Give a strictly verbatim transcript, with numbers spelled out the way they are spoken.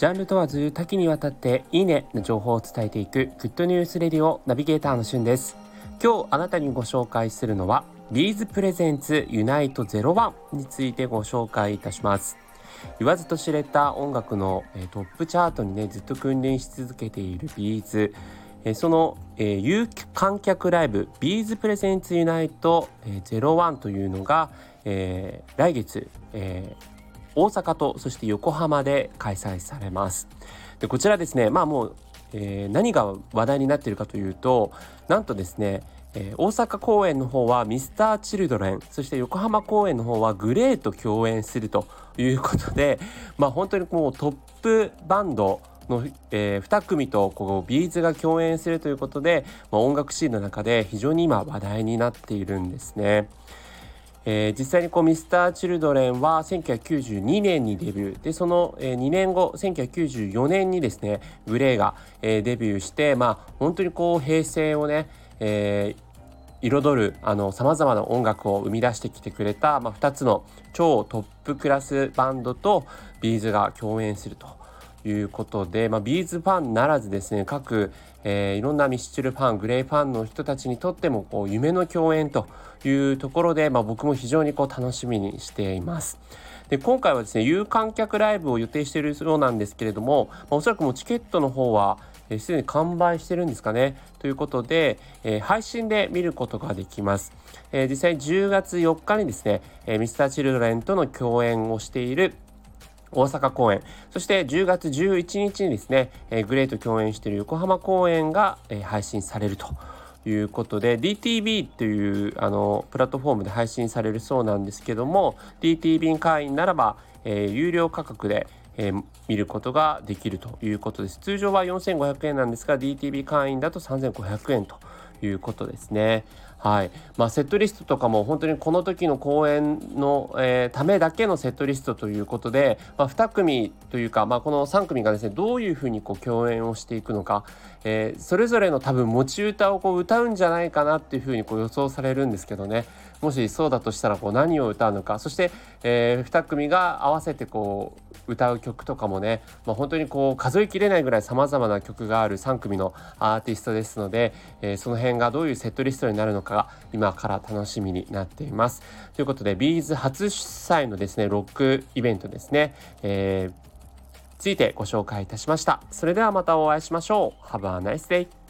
ジャンル問わず多岐にわたっていいねの情報を伝えていくグッドニュースレディオナビゲーターのしゅんです。今日あなたにご紹介するのはビーズプレゼンツユナイトゼロワンについてご紹介いたします。言わずと知れた音楽の、えー、トップチャートにねずっと君臨し続けているビーズ、えー、その、えー、有観客ライブビーズプレゼンツユナイト、えー、ゼロワンというのが、えー、来月、えー大阪とそして横浜で開催されます。でこちらですね、まあもう、えー、何が話題になっているかというと、なんとですね、えー、大阪公演の方はミスターチルドレン、そして横浜公演の方はグレーと共演するということで、まあ本当にもうトップバンドの、えー、に組とこうビーズが共演するということで、まあ、音楽シーンの中で非常に今話題になっているんですね。えー、実際にこうミスターチルドレンはせんきゅうひゃくきゅうじゅうにねんにデビューで、その、えー、にねんごせんきゅうひゃくきゅうじゅうよねんにですねグレーが、えー、デビューして、まあ本当にこう平成をね、えー、彩るあの様々な音楽を生み出してきてくれた、まあ、ふたつの超トップクラスバンドとビーズが共演するということで、まあ、ビーズファンならずですね、各、えー、いろんなミスチルファン、グレーファンの人たちにとってもこう夢の共演というところで、まあ、僕も非常にこう楽しみにしています。で今回はですね有観客ライブを予定しているようなんですけれども、まあ、おそらくもうチケットの方はすで、えー、に完売してるんですかねということで、えー、配信で見ることができます。えー、実際じゅうがつよっかにですね、えー、ミスターチルドレンとの共演をしている大阪公演、そしてじゅうがつじゅういちにちにですね、えー、グレーと共演している横浜公演が、えー、配信されるということで ディーティービー というあのプラットフォームで配信されるそうなんですけども、 ディーティービー 会員ならば、えー、有料価格で、えー、見ることができるということです。通常はよんせんごひゃくえんなんですが ディーティービー 会員だとさんぜんごひゃくえんということですね。はい。まあ、セットリストとかも本当にこの時の公演の、えー、ためだけのセットリストということで、まあ、に組というか、まあ、このさん組がですねどういうふうにこう共演をしていくのか、えー、それぞれの多分持ち歌をこう歌うんじゃないかなっていうふうにこう予想されるんですけどね、もしそうだとしたらこう何を歌うのか、そして、えー、に組が合わせてこう歌う曲とかもね、まあ、本当にこう数えきれないぐらい様々な曲があるさん組のアーティストですので、えー、その辺がどういうセットリストになるのかが今から楽しみになっています。ということでビーズ初主催のですねロックイベントですね、えー、ついてご紹介いたしました。それではまたお会いしましょう。Have a nice day!